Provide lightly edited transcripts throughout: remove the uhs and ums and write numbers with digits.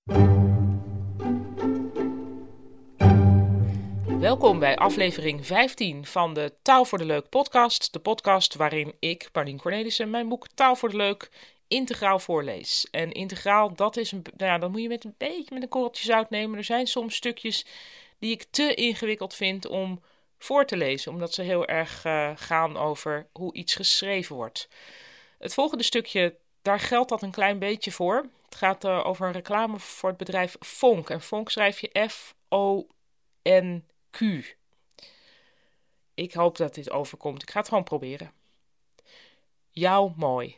Welkom bij aflevering 15 van de Taal voor de Leuk podcast. De podcast waarin ik, Paulien Cornelissen, mijn boek Taal voor de Leuk integraal voorlees. En integraal, dat is dat moet je met een korreltje zout nemen. Er zijn soms stukjes die ik te ingewikkeld vind om voor te lezen, omdat ze heel erg gaan over hoe iets geschreven wordt. Het volgende stukje, daar geldt dat een klein beetje voor. Het gaat over een reclame voor het bedrijf Fonk. En Fonk schrijf je F-O-N-Q. Ik hoop dat dit overkomt. Ik ga het gewoon proberen. Jou mooi.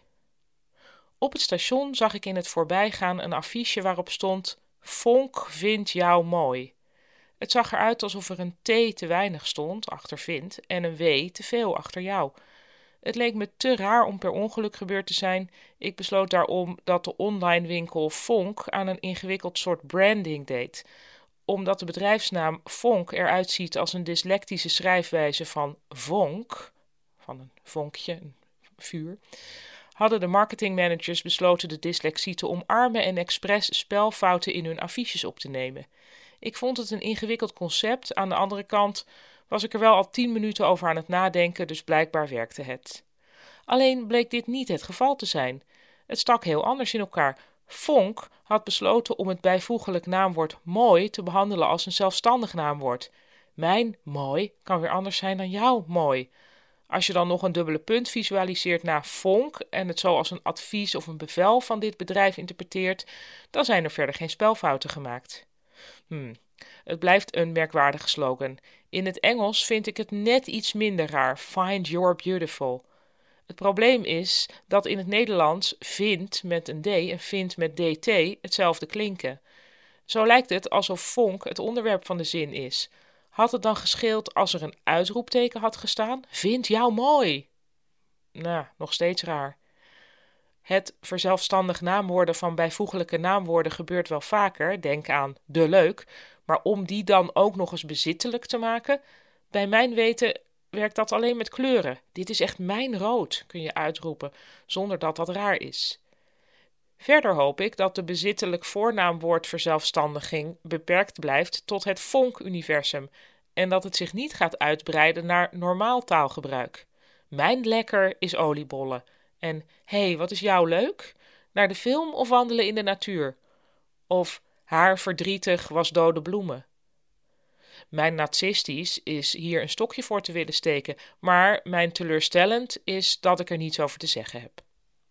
Op het station zag ik in het voorbijgaan een affiche waarop stond: Fonk vindt jou mooi. Het zag eruit alsof er een T te weinig stond, achter vind, en een W te veel, achter jou. Het leek me te raar om per ongeluk gebeurd te zijn. Ik besloot daarom dat de online winkel Fonk aan een ingewikkeld soort branding deed. Omdat de bedrijfsnaam Fonk eruit ziet als een dyslectische schrijfwijze van vonk, van een vonkje, een vuur, hadden de marketingmanagers besloten de dyslexie te omarmen en expres spelfouten in hun affiches op te nemen. Ik vond het een ingewikkeld concept. Aan de andere kant was ik er wel al 10 minuten over aan het nadenken, dus blijkbaar werkte het. Alleen bleek dit niet het geval te zijn. Het stak heel anders in elkaar. Fonk had besloten om het bijvoeglijk naamwoord mooi te behandelen als een zelfstandig naamwoord. Mijn mooi kan weer anders zijn dan jouw mooi. Als je dan nog een dubbele punt visualiseert na Fonk en het zo als een advies of een bevel van dit bedrijf interpreteert, dan zijn er verder geen spelfouten gemaakt. Het blijft een merkwaardige slogan. In het Engels vind ik het net iets minder raar. Find your beautiful. Het probleem is dat in het Nederlands vind met een D en vind met DT hetzelfde klinken. Zo lijkt het alsof Fonk het onderwerp van de zin is. Had het dan gescheeld als er een uitroepteken had gestaan? Vind jou mooi. Nou, nog steeds raar. Het verzelfstandig naamwoorden van bijvoeglijke naamwoorden gebeurt wel vaker, denk aan de leuk, maar om die dan ook nog eens bezittelijk te maken, bij mijn weten werkt dat alleen met kleuren. Dit is echt mijn rood, kun je uitroepen, zonder dat dat raar is. Verder hoop ik dat de bezittelijk voornaamwoordverzelfstandiging beperkt blijft tot het Fonk-universum en dat het zich niet gaat uitbreiden naar normaal taalgebruik. Mijn lekker is oliebollen. En hé, wat is jou leuk? Naar de film of wandelen in de natuur? Of haar verdrietig was dode bloemen? Mijn narcistisch is hier een stokje voor te willen steken, maar mijn teleurstellend is dat ik er niets over te zeggen heb.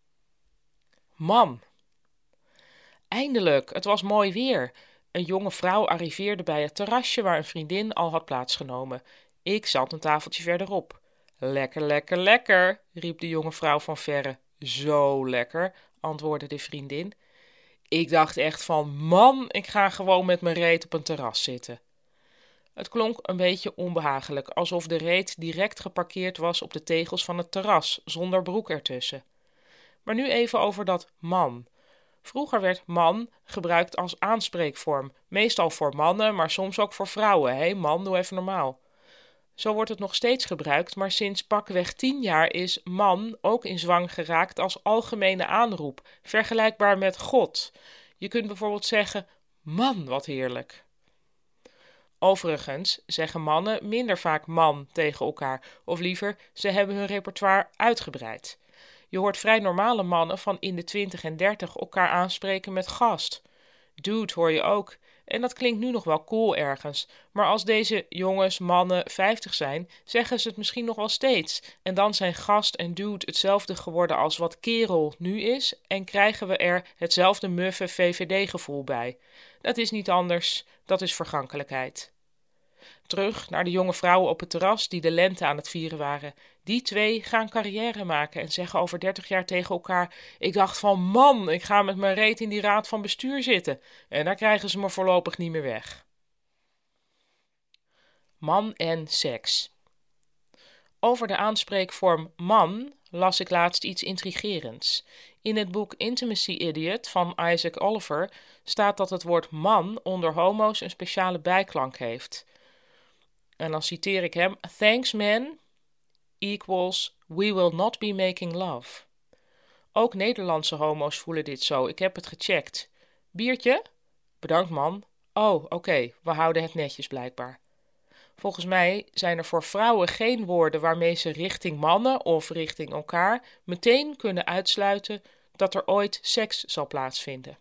Man. Eindelijk, het was mooi weer. Een jonge vrouw arriveerde bij het terrasje waar een vriendin al had plaatsgenomen. Ik zat een tafeltje verderop. Lekker, lekker, lekker, riep de jonge vrouw van verre. Zo lekker, antwoordde de vriendin. Ik dacht echt van, man, ik ga gewoon met mijn reet op een terras zitten. Het klonk een beetje onbehagelijk, alsof de reet direct geparkeerd was op de tegels van het terras, zonder broek ertussen. Maar nu even over dat man. Vroeger werd man gebruikt als aanspreekvorm, meestal voor mannen, maar soms ook voor vrouwen. Hé man, doe even normaal. Zo wordt het nog steeds gebruikt, maar sinds pakweg 10 jaar is man ook in zwang geraakt als algemene aanroep, vergelijkbaar met God. Je kunt bijvoorbeeld zeggen, man, wat heerlijk. Overigens zeggen mannen minder vaak man tegen elkaar, of liever, ze hebben hun repertoire uitgebreid. Je hoort vrij normale mannen van in de 20 en 30 elkaar aanspreken met gast. Dude hoor je ook. En dat klinkt nu nog wel cool ergens. Maar als deze jongens, mannen, 50 zijn, zeggen ze het misschien nog wel steeds. En dan zijn gast en dude hetzelfde geworden als wat kerel nu is. En krijgen we er hetzelfde muffe VVD-gevoel bij. Dat is niet anders, dat is vergankelijkheid. Terug naar de jonge vrouwen op het terras die de lente aan het vieren waren. Die twee gaan carrière maken en zeggen over 30 jaar tegen elkaar: ik dacht van man, ik ga met mijn reet in die raad van bestuur zitten. En daar krijgen ze me voorlopig niet meer weg. Man en seks. Over de aanspreekvorm man las ik laatst iets intrigerends. In het boek Intimacy Idiot van Isaac Oliver staat dat het woord man onder homo's een speciale bijklank heeft. En dan citeer ik hem: Thanks man equals we will not be making love. Ook Nederlandse homo's voelen dit zo, ik heb het gecheckt. Biertje? Bedankt man. Oh, oké, we houden het netjes blijkbaar. Volgens mij zijn er voor vrouwen geen woorden waarmee ze richting mannen of richting elkaar meteen kunnen uitsluiten dat er ooit seks zal plaatsvinden.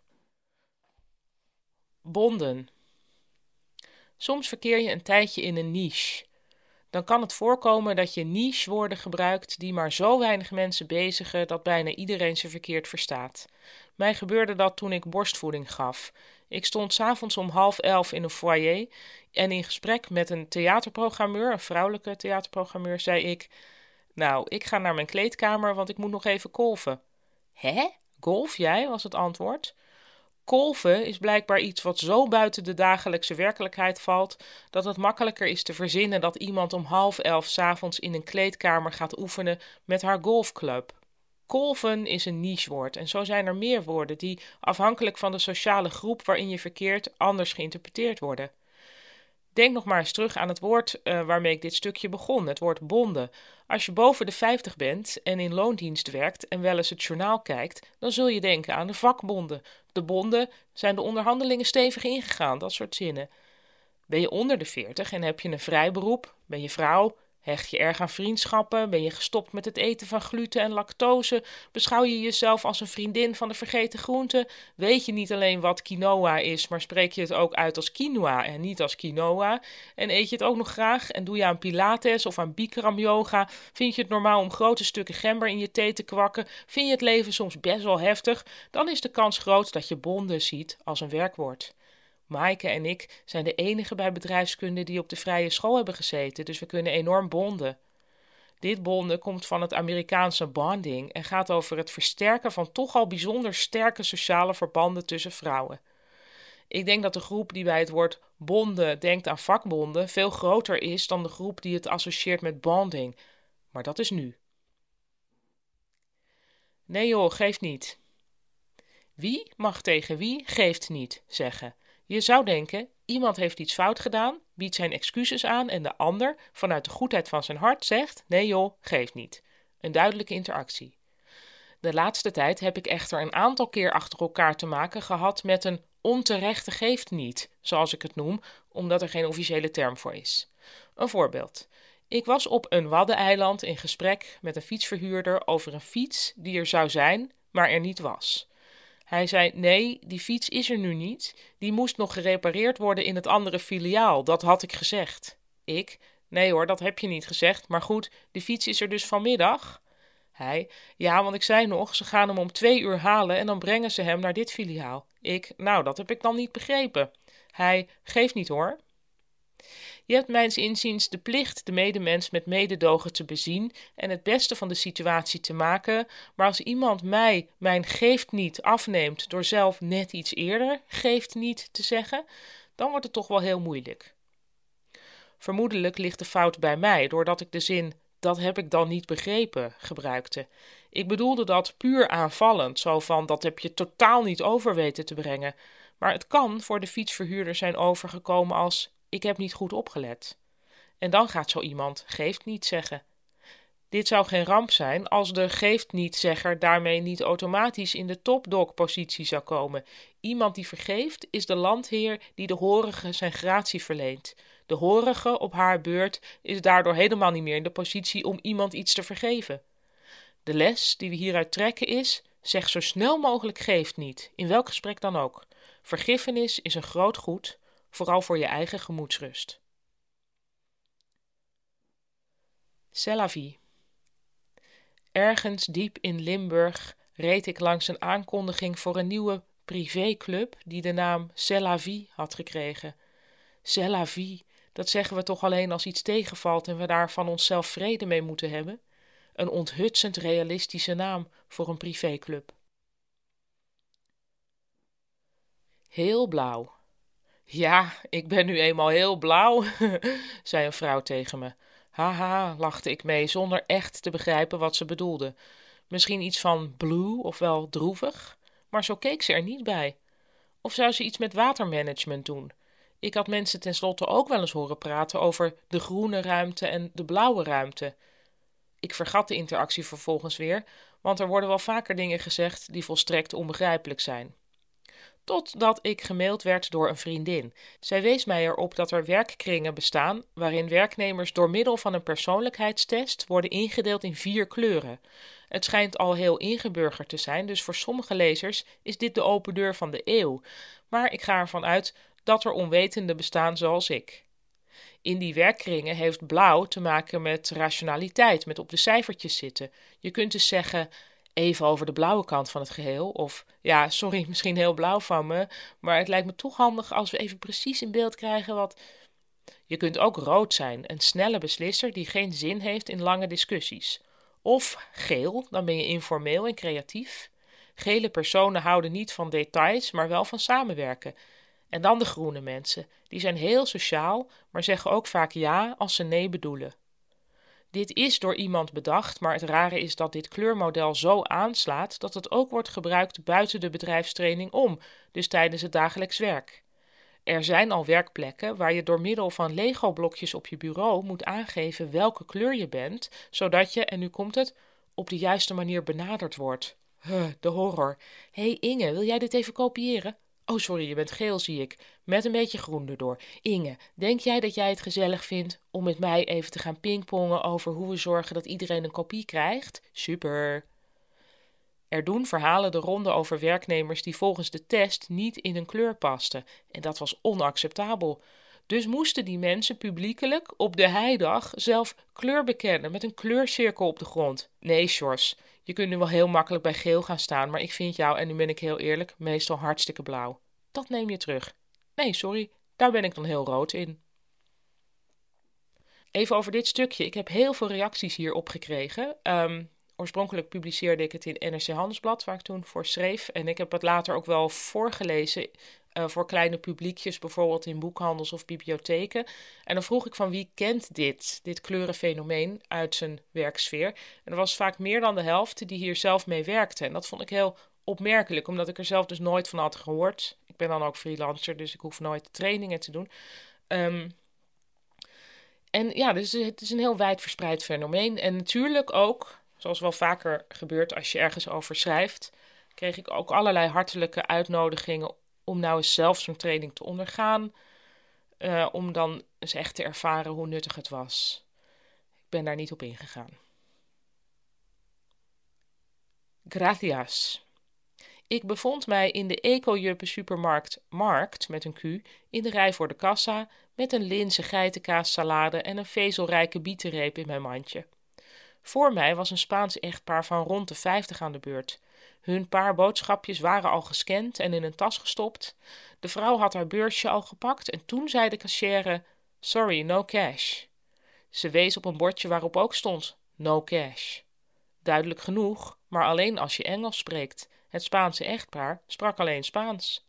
Bonden. Soms verkeer je een tijdje in een niche. Dan kan het voorkomen dat je niche-woorden gebruikt die maar zo weinig mensen bezigen dat bijna iedereen ze verkeerd verstaat. Mij gebeurde dat toen ik borstvoeding gaf. Ik stond 's avonds om 10:30 in een foyer en in gesprek met een theaterprogrammeur, een vrouwelijke theaterprogrammeur, zei ik: Nou, ik ga naar mijn kleedkamer, want ik moet nog even kolven. Hè? Golf jij? Was het antwoord. Kolven is blijkbaar iets wat zo buiten de dagelijkse werkelijkheid valt, dat het makkelijker is te verzinnen dat iemand om 10:30 's avonds in een kleedkamer gaat oefenen met haar golfclub. Kolven is een nichewoord en zo zijn er meer woorden die, afhankelijk van de sociale groep waarin je verkeert, anders geïnterpreteerd worden. Denk nog maar eens terug aan het woord waarmee ik dit stukje begon, het woord bonden. Als je boven de 50 bent en in loondienst werkt en wel eens het journaal kijkt, dan zul je denken aan de vakbonden. De bonden zijn de onderhandelingen stevig ingegaan, dat soort zinnen. Ben je onder de 40 en heb je een vrij beroep? Ben je vrouw? Hecht je erg aan vriendschappen? Ben je gestopt met het eten van gluten en lactose? Beschouw je jezelf als een vriendin van de vergeten groenten? Weet je niet alleen wat quinoa is, maar spreek je het ook uit als quinoa en niet als quinoa? En eet je het ook nog graag en doe je aan pilates of aan Bikram yoga? Vind je het normaal om grote stukken gember in je thee te kwakken? Vind je het leven soms best wel heftig? Dan is de kans groot dat je bonden ziet als een werkwoord. Maaike en ik zijn de enige bij bedrijfskunde die op de vrije school hebben gezeten, dus we kunnen enorm bonden. Dit bonden komt van het Amerikaanse bonding en gaat over het versterken van toch al bijzonder sterke sociale verbanden tussen vrouwen. Ik denk dat de groep die bij het woord bonden denkt aan vakbonden veel groter is dan de groep die het associeert met bonding. Maar dat is nu. Nee joh, geeft niet. Wie mag tegen wie geeft niet zeggen? Je zou denken, iemand heeft iets fout gedaan, biedt zijn excuses aan en de ander, vanuit de goedheid van zijn hart, zegt: nee joh, geeft niet. Een duidelijke interactie. De laatste tijd heb ik echter een aantal keer achter elkaar te maken gehad met een onterechte geeft niet, zoals ik het noem, omdat er geen officiële term voor is. Een voorbeeld. Ik was op een waddeneiland in gesprek met een fietsverhuurder over een fiets die er zou zijn, maar er niet was. Hij zei: nee, die fiets is er nu niet. Die moest nog gerepareerd worden in het andere filiaal. Dat had ik gezegd. Ik: nee hoor, dat heb je niet gezegd. Maar goed, de fiets is er dus vanmiddag. Hij: ja, want ik zei nog, ze gaan hem om 2 uur halen en dan brengen ze hem naar dit filiaal. Ik: nou, dat heb ik dan niet begrepen. Hij: geeft niet hoor. Je hebt mijns inziens de plicht de medemens met mededogen te bezien en het beste van de situatie te maken, maar als iemand mij mijn geeft niet afneemt door zelf net iets eerder geeft niet te zeggen, dan wordt het toch wel heel moeilijk. Vermoedelijk ligt de fout bij mij, doordat ik de zin dat heb ik dan niet begrepen gebruikte. Ik bedoelde dat puur aanvallend, zo van dat heb je totaal niet over weten te brengen, maar het kan voor de fietsverhuurder zijn overgekomen als ik heb niet goed opgelet. En dan gaat zo iemand geeft niet zeggen. Dit zou geen ramp zijn als de geeft niet-zegger daarmee niet automatisch in de topdog-positie zou komen. Iemand die vergeeft is de landheer die de horige zijn gratie verleent. De horige op haar beurt is daardoor helemaal niet meer in de positie om iemand iets te vergeven. De les die we hieruit trekken is: zeg zo snel mogelijk geeft niet, in welk gesprek dan ook. Vergiffenis is een groot goed, vooral voor je eigen gemoedsrust. C'est la vie. Ergens diep in Limburg reed ik langs een aankondiging voor een nieuwe privéclub die de naam C'est la vie had gekregen. C'est la vie, dat zeggen we toch alleen als iets tegenvalt en we daar van onszelf vrede mee moeten hebben? Een onthutsend realistische naam voor een privéclub. Heel blauw. Ja, ik ben nu eenmaal heel blauw, zei een vrouw tegen me. Haha, lachte ik mee, zonder echt te begrijpen wat ze bedoelde. Misschien iets van blue, ofwel droevig, maar zo keek ze er niet bij. Of zou ze iets met watermanagement doen? Ik had mensen tenslotte ook wel eens horen praten over de groene ruimte en de blauwe ruimte. Ik vergat de interactie vervolgens weer, want er worden wel vaker dingen gezegd die volstrekt onbegrijpelijk zijn. Totdat ik gemaild werd door een vriendin. Zij wees mij erop dat er werkkringen bestaan waarin werknemers door middel van een persoonlijkheidstest worden ingedeeld in 4 kleuren. Het schijnt al heel ingeburgerd te zijn, dus voor sommige lezers is dit de open deur van de eeuw. Maar ik ga ervan uit dat er onwetenden bestaan zoals ik. In die werkkringen heeft blauw te maken met rationaliteit, met op de cijfertjes zitten. Je kunt dus zeggen, even over de blauwe kant van het geheel. Of, ja, sorry, misschien heel blauw van me, maar het lijkt me toch handig als we even precies in beeld krijgen wat... Je kunt ook rood zijn, een snelle beslisser die geen zin heeft in lange discussies. Of geel, dan ben je informeel en creatief. Gele personen houden niet van details, maar wel van samenwerken. En dan de groene mensen. Die zijn heel sociaal, maar zeggen ook vaak ja als ze nee bedoelen. Dit is door iemand bedacht, maar het rare is dat dit kleurmodel zo aanslaat dat het ook wordt gebruikt buiten de bedrijfstraining om, dus tijdens het dagelijks werk. Er zijn al werkplekken waar je door middel van Lego-blokjes op je bureau moet aangeven welke kleur je bent, zodat je, en nu komt het, op de juiste manier benaderd wordt. De horror. Hé Inge, wil jij dit even kopiëren? Oh, sorry, je bent geel, zie ik. Met een beetje groen erdoor. Inge, denk jij dat jij het gezellig vindt om met mij even te gaan pingpongen over hoe we zorgen dat iedereen een kopie krijgt? Super. Er doen verhalen de ronde over werknemers die volgens de test niet in een kleur pasten. En dat was onacceptabel. Dus moesten die mensen publiekelijk op de heidag zelf kleur bekennen met een kleurcirkel op de grond. Nee, Sjors, je kunt nu wel heel makkelijk bij geel gaan staan, maar ik vind jou, en nu ben ik heel eerlijk, meestal hartstikke blauw. Dat neem je terug. Nee, sorry, daar ben ik dan heel rood in. Even over dit stukje. Ik heb heel veel reacties hierop gekregen. Oorspronkelijk publiceerde ik het in NRC Handelsblad, waar ik toen voor schreef. En ik heb het later ook wel voorgelezen voor kleine publiekjes, bijvoorbeeld in boekhandels of bibliotheken. En dan vroeg ik van wie kent dit kleurenfenomeen uit zijn werksfeer. En er was vaak meer dan de helft die hier zelf mee werkte. En dat vond ik heel opmerkelijk, omdat ik er zelf dus nooit van had gehoord. Ik ben dan ook freelancer, dus ik hoef nooit trainingen te doen. En ja, dus het is een heel wijd verspreid fenomeen. En natuurlijk ook, zoals wel vaker gebeurt als je ergens over schrijft, kreeg ik ook allerlei hartelijke uitnodigingen om nou eens zelf zo'n training te ondergaan. Om dan eens echt te ervaren hoe nuttig het was. Ik ben daar niet op ingegaan. Gracias. Ik bevond mij in de Eco-Juppe supermarkt Markt, met een Q, in de rij voor de kassa, met een linzen geitenkaassalade en een vezelrijke bietenreep in mijn mandje. Voor mij was een Spaans echtpaar van rond de 50 aan de beurt. Hun paar boodschapjes waren al gescand en in een tas gestopt. De vrouw had haar beursje al gepakt en toen zei de kassière, sorry, no cash. Ze wees op een bordje waarop ook stond, no cash. Duidelijk genoeg, maar alleen als je Engels spreekt. Het Spaanse echtpaar sprak alleen Spaans.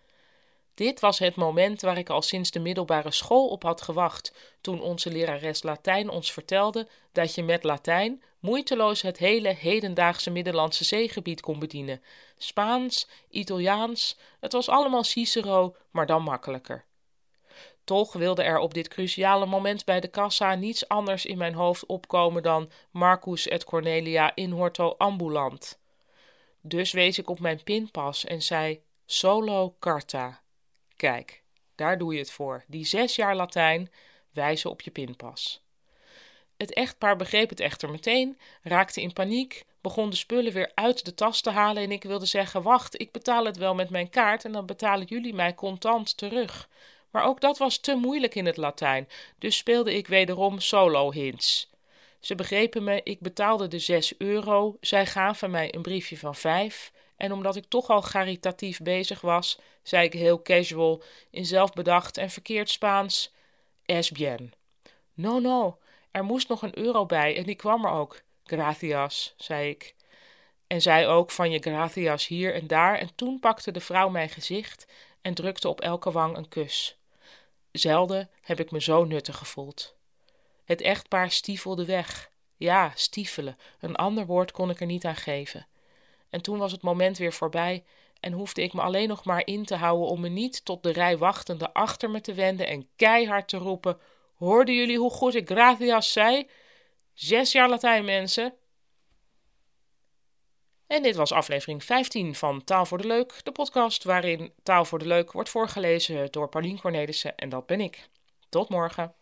Dit was het moment waar ik al sinds de middelbare school op had gewacht, toen onze lerares Latijn ons vertelde dat je met Latijn moeiteloos het hele hedendaagse Middellandse zeegebied kon bedienen. Spaans, Italiaans, het was allemaal Cicero, maar dan makkelijker. Toch wilde er op dit cruciale moment bij de kassa niets anders in mijn hoofd opkomen dan Marcus et Cornelia in horto ambulant. Dus wees ik op mijn pinpas en zei solo carta. Kijk, daar doe je het voor. Die 6 jaar Latijn wijzen op je pinpas. Het echtpaar begreep het echter meteen, raakte in paniek, begon de spullen weer uit de tas te halen en ik wilde zeggen, wacht, ik betaal het wel met mijn kaart en dan betalen jullie mij contant terug. Maar ook dat was te moeilijk in het Latijn, dus speelde ik wederom solo hints. Ze begrepen me, ik betaalde de 6 euro, zij gaven mij een briefje van 5 en omdat ik toch al caritatief bezig was, zei ik heel casual, in zelfbedacht en verkeerd Spaans, es bien. No, er moest nog een euro bij en die kwam er ook. Gracias, zei ik. En zij ook van je gracias hier en daar en toen pakte de vrouw mijn gezicht en drukte op elke wang een kus. Zelden heb ik me zo nuttig gevoeld. Het echtpaar stiefelde weg. Ja, stiefelen, een ander woord kon ik er niet aan geven. En toen was het moment weer voorbij en hoefde ik me alleen nog maar in te houden om me niet tot de rij wachtende achter me te wenden en keihard te roepen, hoorden jullie hoe goed ik gracias zei? 6 jaar Latijn, mensen. En dit was aflevering 15 van Taal voor de Leuk, de podcast waarin Taal voor de Leuk wordt voorgelezen door Paulien Cornelissen en dat ben ik. Tot morgen.